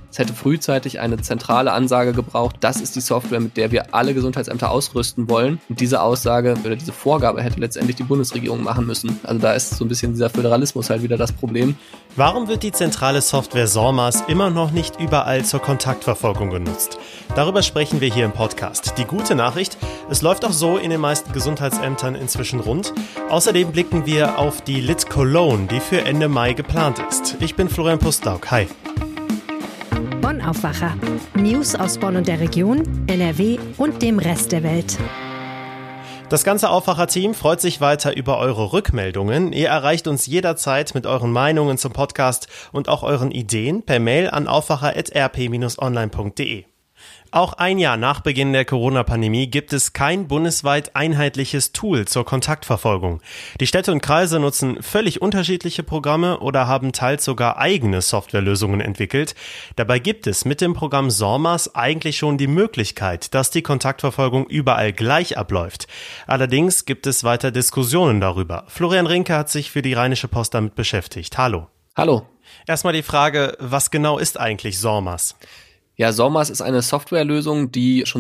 Es hätte frühzeitig eine zentrale Ansage gebraucht, das ist die Software, mit der wir alle Gesundheitsämter ausrüsten wollen. Und diese Aussage oder diese Vorgabe hätte letztendlich die Bundesregierung machen müssen. Also da ist so ein bisschen dieser Föderalismus halt wieder das Problem. Warum wird die zentrale Software SORMAS immer noch nicht überall zur Kontaktverfolgung genutzt? Darüber sprechen wir hier im Podcast. Die gute Nachricht, es läuft auch so in den meisten Gesundheitsämtern inzwischen rund. Außerdem blicken wir auf die Lit Cologne, die für Ende Mai geplant ist. Ich bin Florian Pustlauk. Hi. Bonn Aufwacher. News aus Bonn und der Region, NRW und dem Rest der Welt. Das ganze Aufwacher-Team freut sich weiter über eure Rückmeldungen. Ihr erreicht uns jederzeit mit euren Meinungen zum Podcast und auch euren Ideen per Mail an aufwacher@rp-online.de. Auch ein Jahr nach Beginn der Corona-Pandemie gibt es kein bundesweit einheitliches Tool zur Kontaktverfolgung. Die Städte und Kreise nutzen völlig unterschiedliche Programme oder haben teils sogar eigene Softwarelösungen entwickelt. Dabei gibt es mit dem Programm SORMAS eigentlich schon die Möglichkeit, dass die Kontaktverfolgung überall gleich abläuft. Allerdings gibt es weiter Diskussionen darüber. Florian Rinke hat sich für die Rheinische Post damit beschäftigt. Hallo. Hallo. Erstmal die Frage, was genau ist eigentlich SORMAS? Ja, SORMAS ist eine Softwarelösung, die schon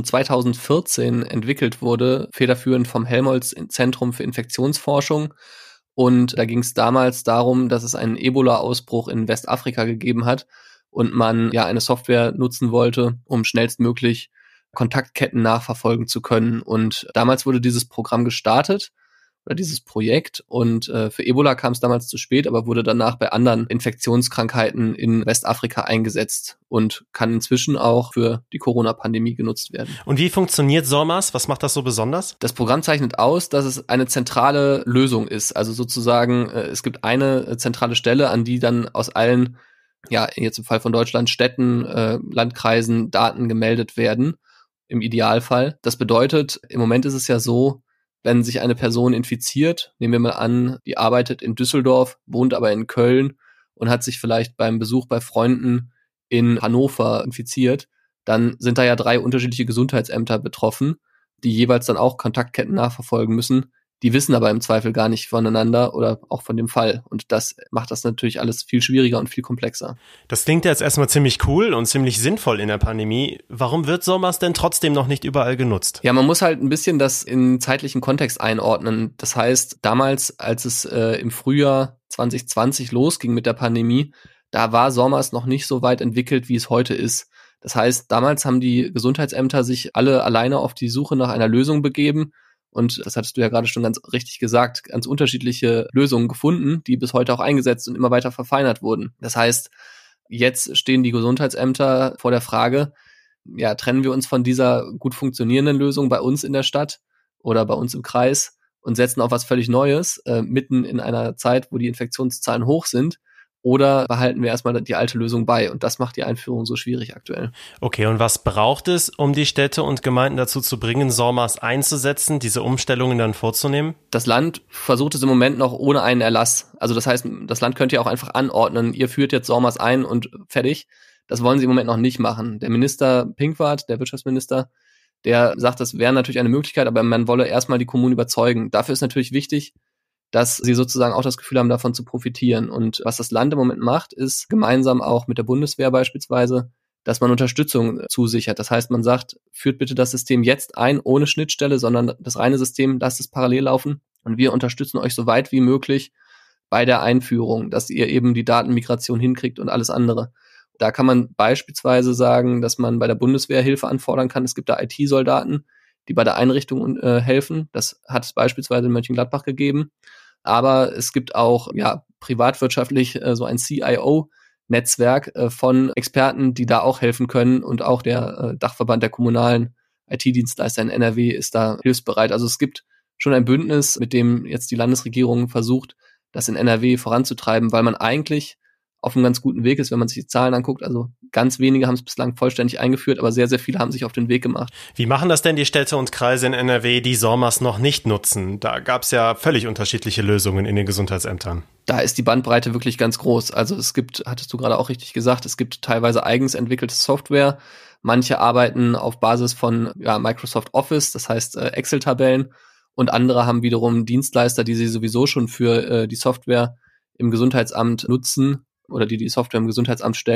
2014 entwickelt wurde, federführend vom Helmholtz-Zentrum für Infektionsforschung. Und da ging es damals darum, dass es einen Ebola-Ausbruch in Westafrika gegeben hat und man ja eine Software nutzen wollte, um schnellstmöglich Kontaktketten nachverfolgen zu können. Und damals wurde dieses Programm gestartet, oder dieses Projekt, und für Ebola kam es damals zu spät, aber wurde danach bei anderen Infektionskrankheiten in Westafrika eingesetzt und kann inzwischen auch für die Corona-Pandemie genutzt werden. Und wie funktioniert SORMAS? Was macht das so besonders? Das Programm zeichnet aus, dass es eine zentrale Lösung ist. Also sozusagen, es gibt eine zentrale Stelle, an die dann aus allen, ja, jetzt im Fall von Deutschland, Städten, Landkreisen Daten gemeldet werden, im Idealfall. Das bedeutet, im Moment ist es ja so, wenn sich eine Person infiziert, nehmen wir mal an, die arbeitet in Düsseldorf, wohnt aber in Köln und hat sich vielleicht beim Besuch bei Freunden in Hannover infiziert, dann sind da ja 3 unterschiedliche Gesundheitsämter betroffen, die jeweils dann auch Kontaktketten nachverfolgen müssen. Die wissen aber im Zweifel gar nicht voneinander oder auch von dem Fall. Und das macht das natürlich alles viel schwieriger und viel komplexer. Das klingt jetzt erstmal ziemlich cool und ziemlich sinnvoll in der Pandemie. Warum wird SORMAS denn trotzdem noch nicht überall genutzt? Ja, man muss halt ein bisschen das in zeitlichen Kontext einordnen. Das heißt, damals, als es im Frühjahr 2020 losging mit der Pandemie, da war SORMAS noch nicht so weit entwickelt, wie es heute ist. Das heißt, damals haben die Gesundheitsämter sich alle alleine auf die Suche nach einer Lösung begeben. Und das hattest du ja gerade schon ganz richtig gesagt, ganz unterschiedliche Lösungen gefunden, die bis heute auch eingesetzt und immer weiter verfeinert wurden. Das heißt, jetzt stehen die Gesundheitsämter vor der Frage, ja, trennen wir uns von dieser gut funktionierenden Lösung bei uns in der Stadt oder bei uns im Kreis und setzen auf was völlig Neues, mitten in einer Zeit, wo die Infektionszahlen hoch sind. Oder behalten wir erstmal die alte Lösung bei? Und das macht die Einführung so schwierig aktuell. Okay, und was braucht es, um die Städte und Gemeinden dazu zu bringen, SORMAS einzusetzen, diese Umstellungen dann vorzunehmen? Das Land versucht es im Moment noch ohne einen Erlass. Also das heißt, das Land könnte ja auch einfach anordnen, ihr führt jetzt SORMAS ein und fertig. Das wollen sie im Moment noch nicht machen. Der Minister Pinkwart, der Wirtschaftsminister, der sagt, das wäre natürlich eine Möglichkeit, aber man wolle erstmal die Kommunen überzeugen. Dafür ist natürlich wichtig, dass sie sozusagen auch das Gefühl haben, davon zu profitieren. Und was das Land im Moment macht, ist gemeinsam auch mit der Bundeswehr beispielsweise, dass man Unterstützung zusichert. Das heißt, man sagt, führt bitte das System jetzt ein, ohne Schnittstelle, sondern das reine System, lasst es parallel laufen. Und wir unterstützen euch so weit wie möglich bei der Einführung, dass ihr eben die Datenmigration hinkriegt und alles andere. Da kann man beispielsweise sagen, dass man bei der Bundeswehr Hilfe anfordern kann. Es gibt da IT-Soldaten, die bei der Einrichtung helfen. Das hat es beispielsweise in Mönchengladbach gegeben. Aber es gibt auch privatwirtschaftlich so ein CIO-Netzwerk von Experten, die da auch helfen können. Und auch der Dachverband der kommunalen IT-Dienstleister in NRW ist da hilfsbereit. Also es gibt schon ein Bündnis, mit dem jetzt die Landesregierung versucht, das in NRW voranzutreiben, weil man eigentlich auf einem ganz guten Weg ist, wenn man sich die Zahlen anguckt. Also ganz wenige haben es bislang vollständig eingeführt, aber sehr, sehr viele haben sich auf den Weg gemacht. Wie machen das denn die Städte und Kreise in NRW, die SORMAS noch nicht nutzen? Da gab es ja völlig unterschiedliche Lösungen in den Gesundheitsämtern. Da ist die Bandbreite wirklich ganz groß. Also es gibt, hattest du gerade auch richtig gesagt, es gibt teilweise eigens entwickelte Software. Manche arbeiten auf Basis von Microsoft Office, das heißt Excel-Tabellen. Und andere haben wiederum Dienstleister, die sie sowieso schon für die Software im Gesundheitsamt nutzen oder die Software im Gesundheitsamt stellen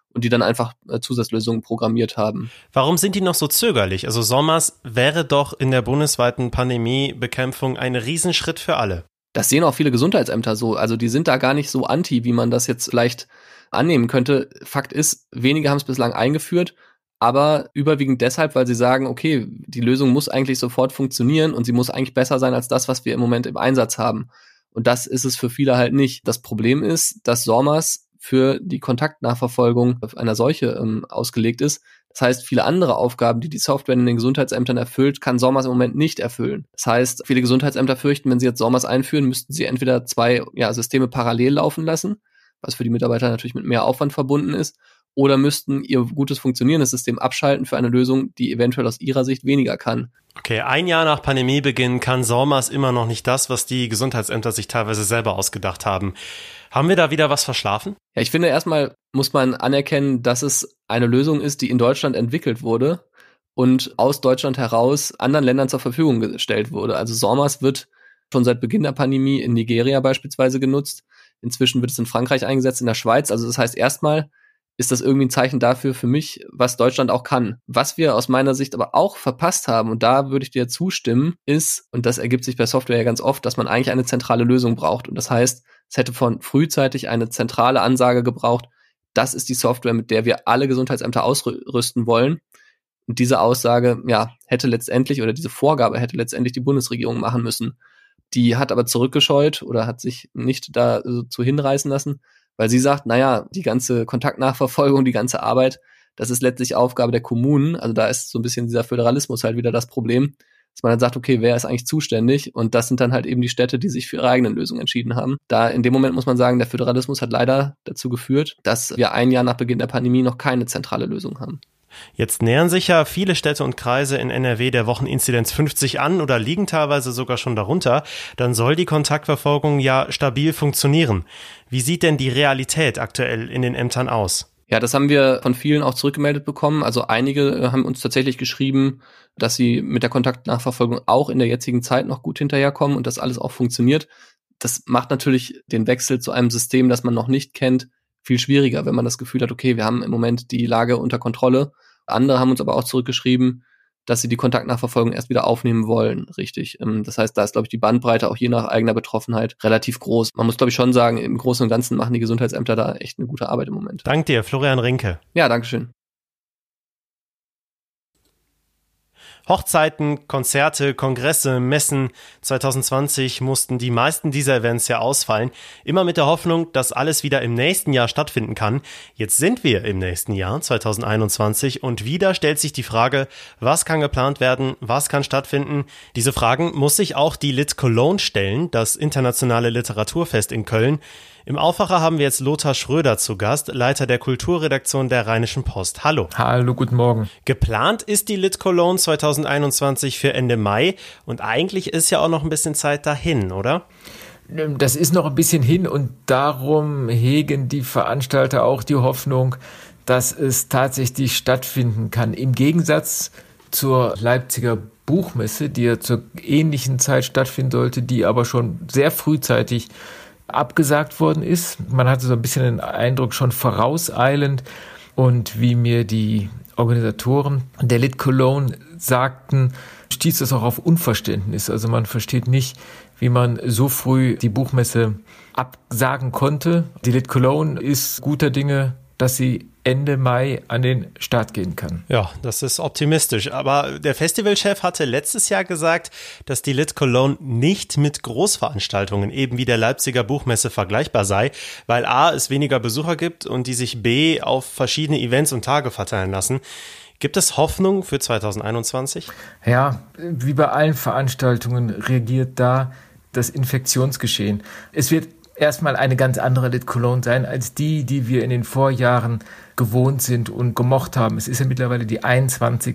und die dann einfach Zusatzlösungen programmiert haben. Warum sind die noch so zögerlich? Also SORMAS wäre doch in der bundesweiten Pandemiebekämpfung ein Riesenschritt für alle. Das sehen auch viele Gesundheitsämter so. Also die sind da gar nicht so anti, wie man das jetzt leicht annehmen könnte. Fakt ist, wenige haben es bislang eingeführt, aber überwiegend deshalb, weil sie sagen, okay, die Lösung muss eigentlich sofort funktionieren und sie muss eigentlich besser sein als das, was wir im Moment im Einsatz haben. Und das ist es für viele halt nicht. Das Problem ist, dass SORMAS für die Kontaktnachverfolgung auf einer Seuche ausgelegt ist. Das heißt, viele andere Aufgaben, die die Software in den Gesundheitsämtern erfüllt, kann SORMAS im Moment nicht erfüllen. Das heißt, viele Gesundheitsämter fürchten, wenn sie jetzt SORMAS einführen, müssten sie entweder 2 Systeme parallel laufen lassen, was für die Mitarbeiter natürlich mit mehr Aufwand verbunden ist, oder müssten ihr gutes funktionierendes System abschalten für eine Lösung, die eventuell aus ihrer Sicht weniger kann. Okay, 1 Jahr nach Pandemiebeginn kann SORMAS immer noch nicht das, was die Gesundheitsämter sich teilweise selber ausgedacht haben. Haben wir da wieder was verschlafen? Ja, ich finde, erstmal muss man anerkennen, dass es eine Lösung ist, die in Deutschland entwickelt wurde und aus Deutschland heraus anderen Ländern zur Verfügung gestellt wurde. Also SORMAS wird schon seit Beginn der Pandemie in Nigeria beispielsweise genutzt. Inzwischen wird es in Frankreich eingesetzt, in der Schweiz. Also das heißt, erstmal ist das irgendwie ein Zeichen dafür für mich, was Deutschland auch kann. Was wir aus meiner Sicht aber auch verpasst haben, und da würde ich dir zustimmen, ist, und das ergibt sich bei Software ja ganz oft, dass man eigentlich eine zentrale Lösung braucht. Und das heißt, es hätte von frühzeitig eine zentrale Ansage gebraucht, das ist die Software, mit der wir alle Gesundheitsämter ausrüsten wollen. Und diese Aussage, hätte letztendlich, oder diese Vorgabe hätte letztendlich die Bundesregierung machen müssen. Die hat aber zurückgescheut oder hat sich nicht dazu hinreißen lassen, weil sie sagt, die ganze Kontaktnachverfolgung, die ganze Arbeit, das ist letztlich Aufgabe der Kommunen. Also da ist so ein bisschen dieser Föderalismus halt wieder das Problem, dass man dann sagt, okay, wer ist eigentlich zuständig? Und das sind dann halt eben die Städte, die sich für ihre eigenen Lösungen entschieden haben. Da in dem Moment muss man sagen, der Föderalismus hat leider dazu geführt, dass wir 1 Jahr nach Beginn der Pandemie noch keine zentrale Lösung haben. Jetzt nähern sich ja viele Städte und Kreise in NRW der Wocheninzidenz 50 an oder liegen teilweise sogar schon darunter. Dann soll die Kontaktverfolgung ja stabil funktionieren. Wie sieht denn die Realität aktuell in den Ämtern aus? Ja, das haben wir von vielen auch zurückgemeldet bekommen. Also einige haben uns tatsächlich geschrieben, dass sie mit der Kontaktnachverfolgung auch in der jetzigen Zeit noch gut hinterherkommen und das alles auch funktioniert. Das macht natürlich den Wechsel zu einem System, das man noch nicht kennt, viel schwieriger, wenn man das Gefühl hat, okay, wir haben im Moment die Lage unter Kontrolle. Andere haben uns aber auch zurückgeschrieben, dass sie die Kontaktnachverfolgung erst wieder aufnehmen wollen, richtig. Das heißt, da ist, glaube ich, die Bandbreite auch je nach eigener Betroffenheit relativ groß. Man muss, glaube ich, schon sagen, im Großen und Ganzen machen die Gesundheitsämter da echt eine gute Arbeit im Moment. Dank dir, Florian Rinke. Ja, dankeschön. Hochzeiten, Konzerte, Kongresse, Messen. 2020 mussten die meisten dieser Events ja ausfallen. Immer mit der Hoffnung, dass alles wieder im nächsten Jahr stattfinden kann. Jetzt sind wir im nächsten Jahr, 2021. Und wieder stellt sich die Frage, was kann geplant werden, was kann stattfinden? Diese Fragen muss sich auch die Lit Cologne stellen, das internationale Literaturfest in Köln. Im Aufwacher haben wir jetzt Lothar Schröder zu Gast, Leiter der Kulturredaktion der Rheinischen Post. Hallo. Hallo, guten Morgen. Geplant ist die Lit Cologne 2021 für Ende Mai und eigentlich ist ja auch noch ein bisschen Zeit dahin, oder? Das ist noch ein bisschen hin und darum hegen die Veranstalter auch die Hoffnung, dass es tatsächlich stattfinden kann. Im Gegensatz zur Leipziger Buchmesse, die ja zur ähnlichen Zeit stattfinden sollte, die aber schon sehr frühzeitig abgesagt worden ist. Man hatte so ein bisschen den Eindruck, schon vorauseilend. Und wie mir die Organisatoren der Lit Cologne sagten, stieß das auch auf Unverständnis. Also man versteht nicht, wie man so früh die Buchmesse absagen konnte. Die Lit Cologne ist guter Dinge, dass sie Ende Mai an den Start gehen kann. Ja, das ist optimistisch. Aber der Festivalchef hatte letztes Jahr gesagt, dass die Lit Cologne nicht mit Großveranstaltungen eben wie der Leipziger Buchmesse vergleichbar sei, weil A, es weniger Besucher gibt und die sich B, auf verschiedene Events und Tage verteilen lassen. Gibt es Hoffnung für 2021? Ja, wie bei allen Veranstaltungen reagiert da das Infektionsgeschehen. Es wird erstmal eine ganz andere Lit Cologne sein als die wir in den Vorjahren gewohnt sind und gemocht haben. Es ist ja mittlerweile die 21.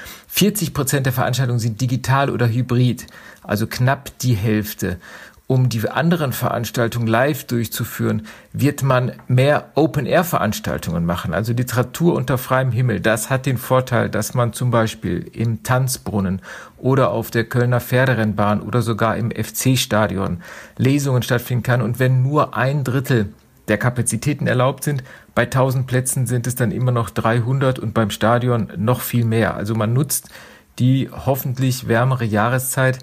40% der Veranstaltungen sind digital oder hybrid, also knapp die Hälfte. Um die anderen Veranstaltungen live durchzuführen, wird man mehr Open-Air-Veranstaltungen machen, also Literatur unter freiem Himmel. Das hat den Vorteil, dass man zum Beispiel im Tanzbrunnen oder auf der Kölner Pferderennbahn oder sogar im FC-Stadion Lesungen stattfinden kann. Und wenn nur 1/3 der Kapazitäten erlaubt sind, Bei 1000 Plätzen sind es dann immer noch 300 und beim Stadion noch viel mehr. Also man nutzt die hoffentlich wärmere Jahreszeit,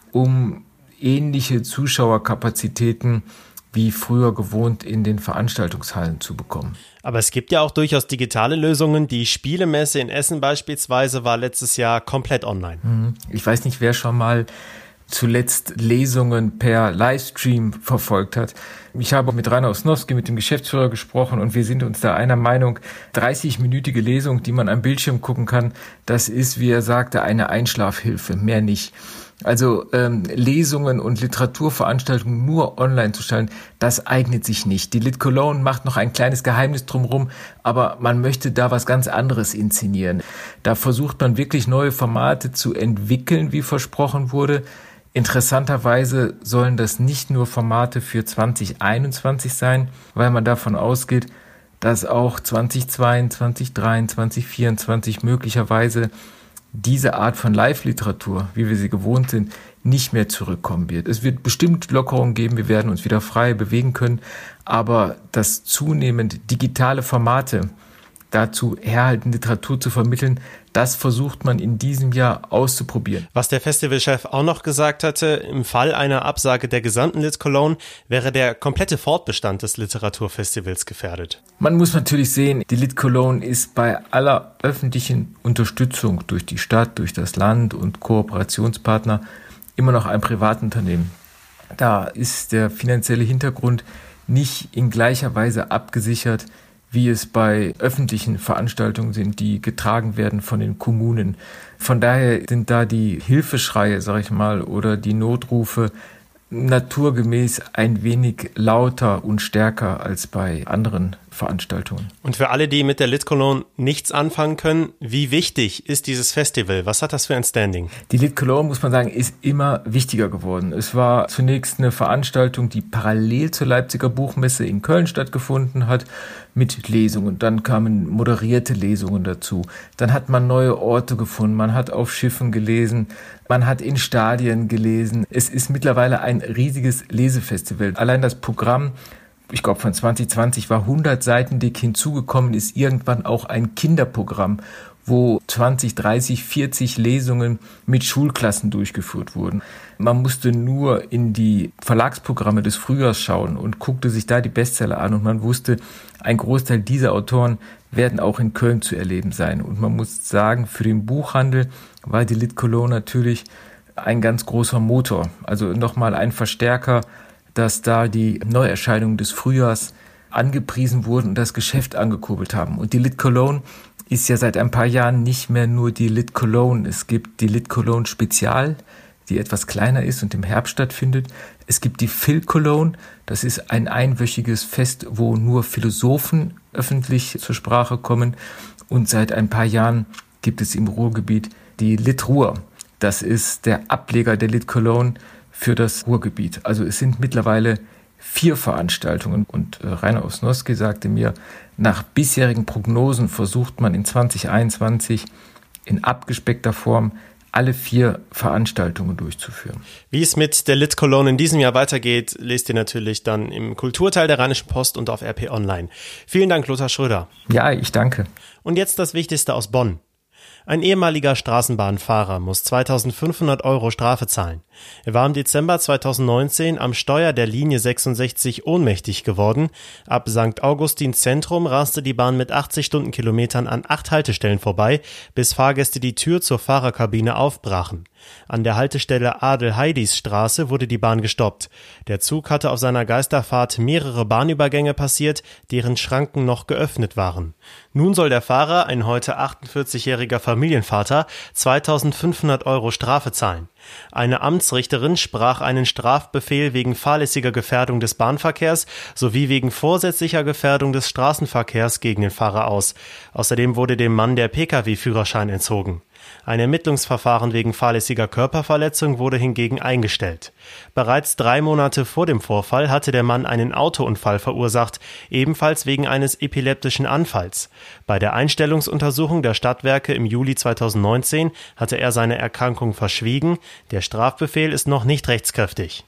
um ähnliche Zuschauerkapazitäten wie früher gewohnt in den Veranstaltungshallen zu bekommen. Aber es gibt ja auch durchaus digitale Lösungen. Die Spielemesse in Essen beispielsweise war letztes Jahr komplett online. Ich weiß nicht, wer schon mal zuletzt Lesungen per Livestream verfolgt hat. Ich habe mit Rainer Osnowski, mit dem Geschäftsführer, gesprochen und wir sind uns da einer Meinung, 30-minütige Lesung, die man am Bildschirm gucken kann, das ist, wie er sagte, eine Einschlafhilfe, mehr nicht. Also Lesungen und Literaturveranstaltungen nur online zu stellen, das eignet sich nicht. Die Lit Cologne macht noch ein kleines Geheimnis drumherum, aber man möchte da was ganz anderes inszenieren. Da versucht man wirklich neue Formate zu entwickeln, wie versprochen wurde. Interessanterweise sollen das nicht nur Formate für 2021 sein, weil man davon ausgeht, dass auch 2022, 2023, 2024 möglicherweise diese Art von Live-Literatur, wie wir sie gewohnt sind, nicht mehr zurückkommen wird. Es wird bestimmt Lockerungen geben, wir werden uns wieder frei bewegen können, aber dass zunehmend digitale Formate dazu herhalten, Literatur zu vermitteln, das versucht man in diesem Jahr auszuprobieren. Was der Festivalchef auch noch gesagt hatte, im Fall einer Absage der gesamten Lit Cologne wäre der komplette Fortbestand des Literaturfestivals gefährdet. Man muss natürlich sehen, die Lit Cologne ist bei aller öffentlichen Unterstützung durch die Stadt, durch das Land und Kooperationspartner immer noch ein Privatunternehmen. Da ist der finanzielle Hintergrund nicht in gleicher Weise abgesichert, wie es bei öffentlichen Veranstaltungen sind, die getragen werden von den Kommunen. Von daher sind da die Hilfeschreie, sag ich mal, oder die Notrufe naturgemäß ein wenig lauter und stärker als bei anderen Veranstaltungen. Und für alle, die mit der Lit Cologne nichts anfangen können, wie wichtig ist dieses Festival? Was hat das für ein Standing? Die Lit Cologne, muss man sagen, ist immer wichtiger geworden. Es war zunächst eine Veranstaltung, die parallel zur Leipziger Buchmesse in Köln stattgefunden hat, mit Lesungen. Dann kamen moderierte Lesungen dazu. Dann hat man neue Orte gefunden. Man hat auf Schiffen gelesen. Man hat in Stadien gelesen. Es ist mittlerweile ein riesiges Lesefestival. Allein das Programm, ich glaube von 2020, war 100 Seiten dick. Hinzugekommen ist irgendwann auch ein Kinderprogramm, wo 20, 30, 40 Lesungen mit Schulklassen durchgeführt wurden. Man musste nur in die Verlagsprogramme des Frühjahrs schauen und guckte sich da die Bestseller an und man wusste, ein Großteil dieser Autoren werden auch in Köln zu erleben sein. Und man muss sagen, für den Buchhandel war die Lit Cologne natürlich ein ganz großer Motor. Also nochmal ein Verstärker, dass da die Neuerscheinungen des Frühjahrs angepriesen wurden und das Geschäft angekurbelt haben. Und die Lit Cologne ist ja seit ein paar Jahren nicht mehr nur die Lit Cologne. Es gibt die Lit Cologne Spezial, die etwas kleiner ist und im Herbst stattfindet. Es gibt die Phil Cologne, das ist ein einwöchiges Fest, wo nur Philosophen öffentlich zur Sprache kommen. Und seit ein paar Jahren gibt es im Ruhrgebiet die Lit Ruhr. Das ist der Ableger der Lit Cologne für das Ruhrgebiet. Also es sind mittlerweile 4 Veranstaltungen. Und Rainer Osnowski sagte mir, nach bisherigen Prognosen versucht man in 2021 in abgespeckter Form alle 4 Veranstaltungen durchzuführen. Wie es mit der Lit Cologne in diesem Jahr weitergeht, lest ihr natürlich dann im Kulturteil der Rheinischen Post und auf RP Online. Vielen Dank, Lothar Schröder. Ja, ich danke. Und jetzt das Wichtigste aus Bonn. Ein ehemaliger Straßenbahnfahrer muss 2.500 € Strafe zahlen. Er war im Dezember 2019 am Steuer der Linie 66 ohnmächtig geworden. Ab St. Augustin Zentrum raste die Bahn mit 80 Stundenkilometern an 8 Haltestellen vorbei, bis Fahrgäste die Tür zur Fahrerkabine aufbrachen. An der Haltestelle Adel-Heidis-Straße wurde die Bahn gestoppt. Der Zug hatte auf seiner Geisterfahrt mehrere Bahnübergänge passiert, deren Schranken noch geöffnet waren. Nun soll der Fahrer, ein heute 48-jähriger Familienvater, 2.500 € Strafe zahlen. Eine Amtsrichterin sprach einen Strafbefehl wegen fahrlässiger Gefährdung des Bahnverkehrs sowie wegen vorsätzlicher Gefährdung des Straßenverkehrs gegen den Fahrer aus. Außerdem wurde dem Mann der Pkw-Führerschein entzogen. Ein Ermittlungsverfahren wegen fahrlässiger Körperverletzung wurde hingegen eingestellt. Bereits 3 Monate vor dem Vorfall hatte der Mann einen Autounfall verursacht, ebenfalls wegen eines epileptischen Anfalls. Bei der Einstellungsuntersuchung der Stadtwerke im Juli 2019 hatte er seine Erkrankung verschwiegen. Der Strafbefehl ist noch nicht rechtskräftig.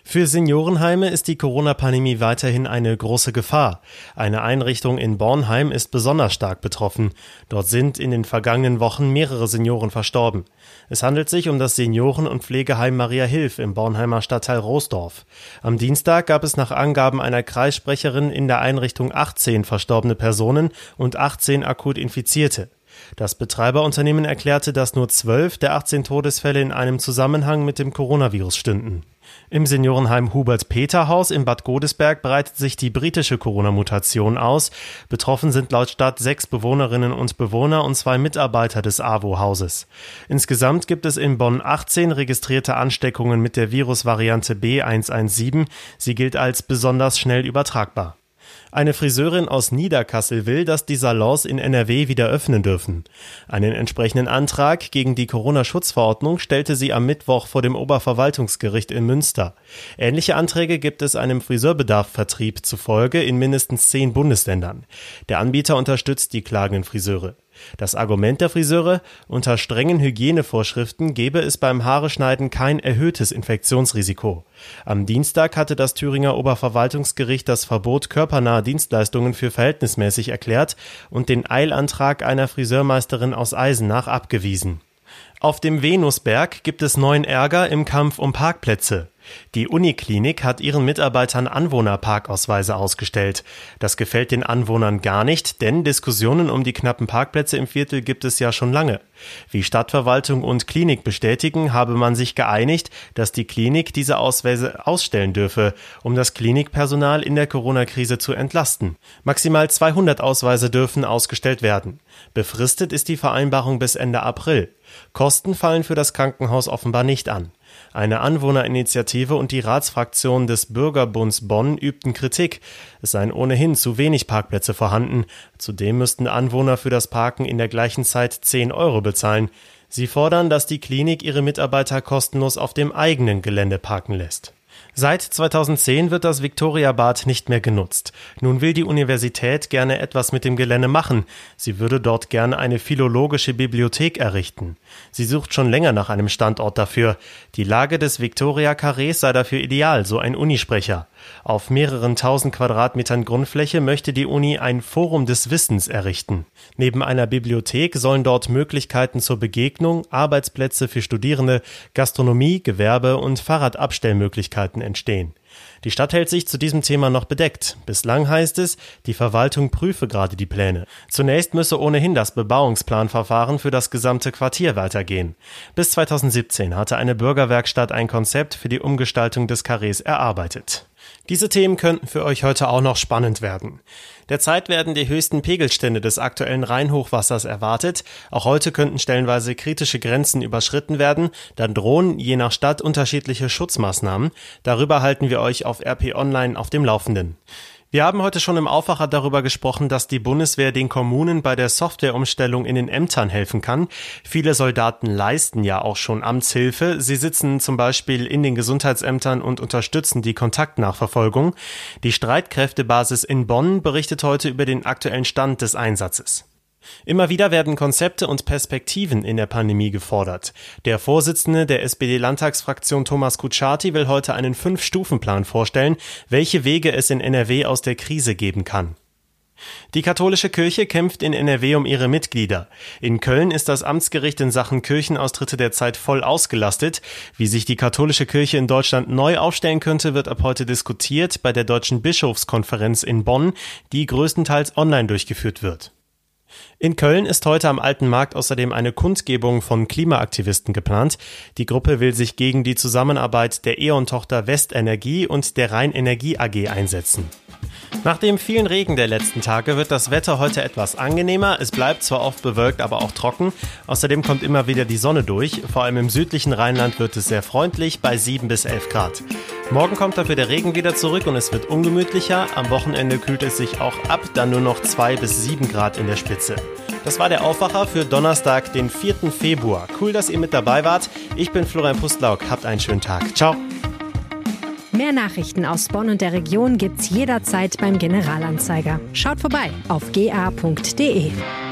Für Seniorenheime ist die Corona-Pandemie weiterhin eine große Gefahr. Eine Einrichtung in Bornheim ist besonders stark betroffen. Dort sind in den vergangenen Wochen mehrere Senioren verstorben. Es handelt sich um das Senioren- und Pflegeheim Maria Hilf im Bornheimer Stadtteil Roosdorf. Am Dienstag gab es nach Angaben einer Kreissprecherin in der Einrichtung 18 verstorbene Personen und 18 akut Infizierte. Das Betreiberunternehmen erklärte, dass nur 12 der 18 Todesfälle in einem Zusammenhang mit dem Coronavirus stünden. Im Seniorenheim Hubert-Peter-Haus in Bad Godesberg breitet sich die britische Corona-Mutation aus. Betroffen sind laut Stadt 6 Bewohnerinnen und Bewohner und 2 Mitarbeiter des AWO-Hauses. Insgesamt gibt es in Bonn 18 registrierte Ansteckungen mit der Virusvariante B117. Sie gilt als besonders schnell übertragbar. Eine Friseurin aus Niederkassel will, dass die Salons in NRW wieder öffnen dürfen. Einen entsprechenden Antrag gegen die Corona-Schutzverordnung stellte sie am Mittwoch vor dem Oberverwaltungsgericht in Münster. Ähnliche Anträge gibt es einem Friseurbedarf-Vertrieb zufolge in mindestens 10 Bundesländern. Der Anbieter unterstützt die klagenden Friseure. Das Argument der Friseure: unter strengen Hygienevorschriften gebe es beim Haareschneiden kein erhöhtes Infektionsrisiko. Am Dienstag hatte das Thüringer Oberverwaltungsgericht das Verbot körpernaher Dienstleistungen für verhältnismäßig erklärt und den Eilantrag einer Friseurmeisterin aus Eisenach abgewiesen. Auf dem Venusberg gibt es neuen Ärger im Kampf um Parkplätze. Die Uniklinik hat ihren Mitarbeitern Anwohnerparkausweise ausgestellt. Das gefällt den Anwohnern gar nicht, denn Diskussionen um die knappen Parkplätze im Viertel gibt es ja schon lange. Wie Stadtverwaltung und Klinik bestätigen, habe man sich geeinigt, dass die Klinik diese Ausweise ausstellen dürfe, um das Klinikpersonal in der Corona-Krise zu entlasten. Maximal 200 Ausweise dürfen ausgestellt werden. Befristet ist die Vereinbarung bis Ende April. Kosten fallen für das Krankenhaus offenbar nicht an. Eine Anwohnerinitiative und die Ratsfraktion des Bürgerbunds Bonn übten Kritik. Es seien ohnehin zu wenig Parkplätze vorhanden. Zudem müssten Anwohner für das Parken in der gleichen Zeit 10 € bezahlen. Sie fordern, dass die Klinik ihre Mitarbeiter kostenlos auf dem eigenen Gelände parken lässt. Seit 2010 wird das Viktoriabad nicht mehr genutzt. Nun will die Universität gerne etwas mit dem Gelände machen. Sie würde dort gerne eine philologische Bibliothek errichten. Sie sucht schon länger nach einem Standort dafür. Die Lage des Viktoria-Karrees sei dafür ideal, so ein Unisprecher. Auf mehreren 1000 Quadratmetern Grundfläche möchte die Uni ein Forum des Wissens errichten. Neben einer Bibliothek sollen dort Möglichkeiten zur Begegnung, Arbeitsplätze für Studierende, Gastronomie, Gewerbe und Fahrradabstellmöglichkeiten entstehen. Die Stadt hält sich zu diesem Thema noch bedeckt. Bislang heißt es, die Verwaltung prüfe gerade die Pläne. Zunächst müsse ohnehin das Bebauungsplanverfahren für das gesamte Quartier weitergehen. Bis 2017 hatte eine Bürgerwerkstatt ein Konzept für die Umgestaltung des Karrees erarbeitet. Diese Themen könnten für euch heute auch noch spannend werden. Derzeit werden die höchsten Pegelstände des aktuellen Rheinhochwassers erwartet. Auch heute könnten stellenweise kritische Grenzen überschritten werden. Dann drohen je nach Stadt unterschiedliche Schutzmaßnahmen. Darüber halten wir euch auf RP Online auf dem Laufenden. Wir haben heute schon im Aufwacher darüber gesprochen, dass die Bundeswehr den Kommunen bei der Softwareumstellung in den Ämtern helfen kann. Viele Soldaten leisten ja auch schon Amtshilfe. Sie sitzen zum Beispiel in den Gesundheitsämtern und unterstützen die Kontaktnachverfolgung. Die Streitkräftebasis in Bonn berichtet heute über den aktuellen Stand des Einsatzes. Immer wieder werden Konzepte und Perspektiven in der Pandemie gefordert. Der Vorsitzende der SPD-Landtagsfraktion Thomas Kutschaty will heute einen 5-Stufen-Plan vorstellen, welche Wege es in NRW aus der Krise geben kann. Die katholische Kirche kämpft in NRW um ihre Mitglieder. In Köln ist das Amtsgericht in Sachen Kirchenaustritte derzeit voll ausgelastet. Wie sich die katholische Kirche in Deutschland neu aufstellen könnte, wird ab heute diskutiert bei der Deutschen Bischofskonferenz in Bonn, die größtenteils online durchgeführt wird. In Köln ist heute am Alten Markt außerdem eine Kundgebung von Klimaaktivisten geplant. Die Gruppe will sich gegen die Zusammenarbeit der E.ON-Tochter Westenergie und der Rheinenergie AG einsetzen. Nach dem vielen Regen der letzten Tage wird das Wetter heute etwas angenehmer. Es bleibt zwar oft bewölkt, aber auch trocken. Außerdem kommt immer wieder die Sonne durch. Vor allem im südlichen Rheinland wird es sehr freundlich bei 7 bis 11 Grad. Morgen kommt dafür der Regen wieder zurück und es wird ungemütlicher. Am Wochenende kühlt es sich auch ab, dann nur noch 2 bis 7 Grad in der Spitze. Das war der Aufwacher für Donnerstag, den 4. Februar. Cool, dass ihr mit dabei wart. Ich bin Florian Pustlauk. Habt einen schönen Tag. Ciao. Mehr Nachrichten aus Bonn und der Region gibt's jederzeit beim Generalanzeiger. Schaut vorbei auf ga.de.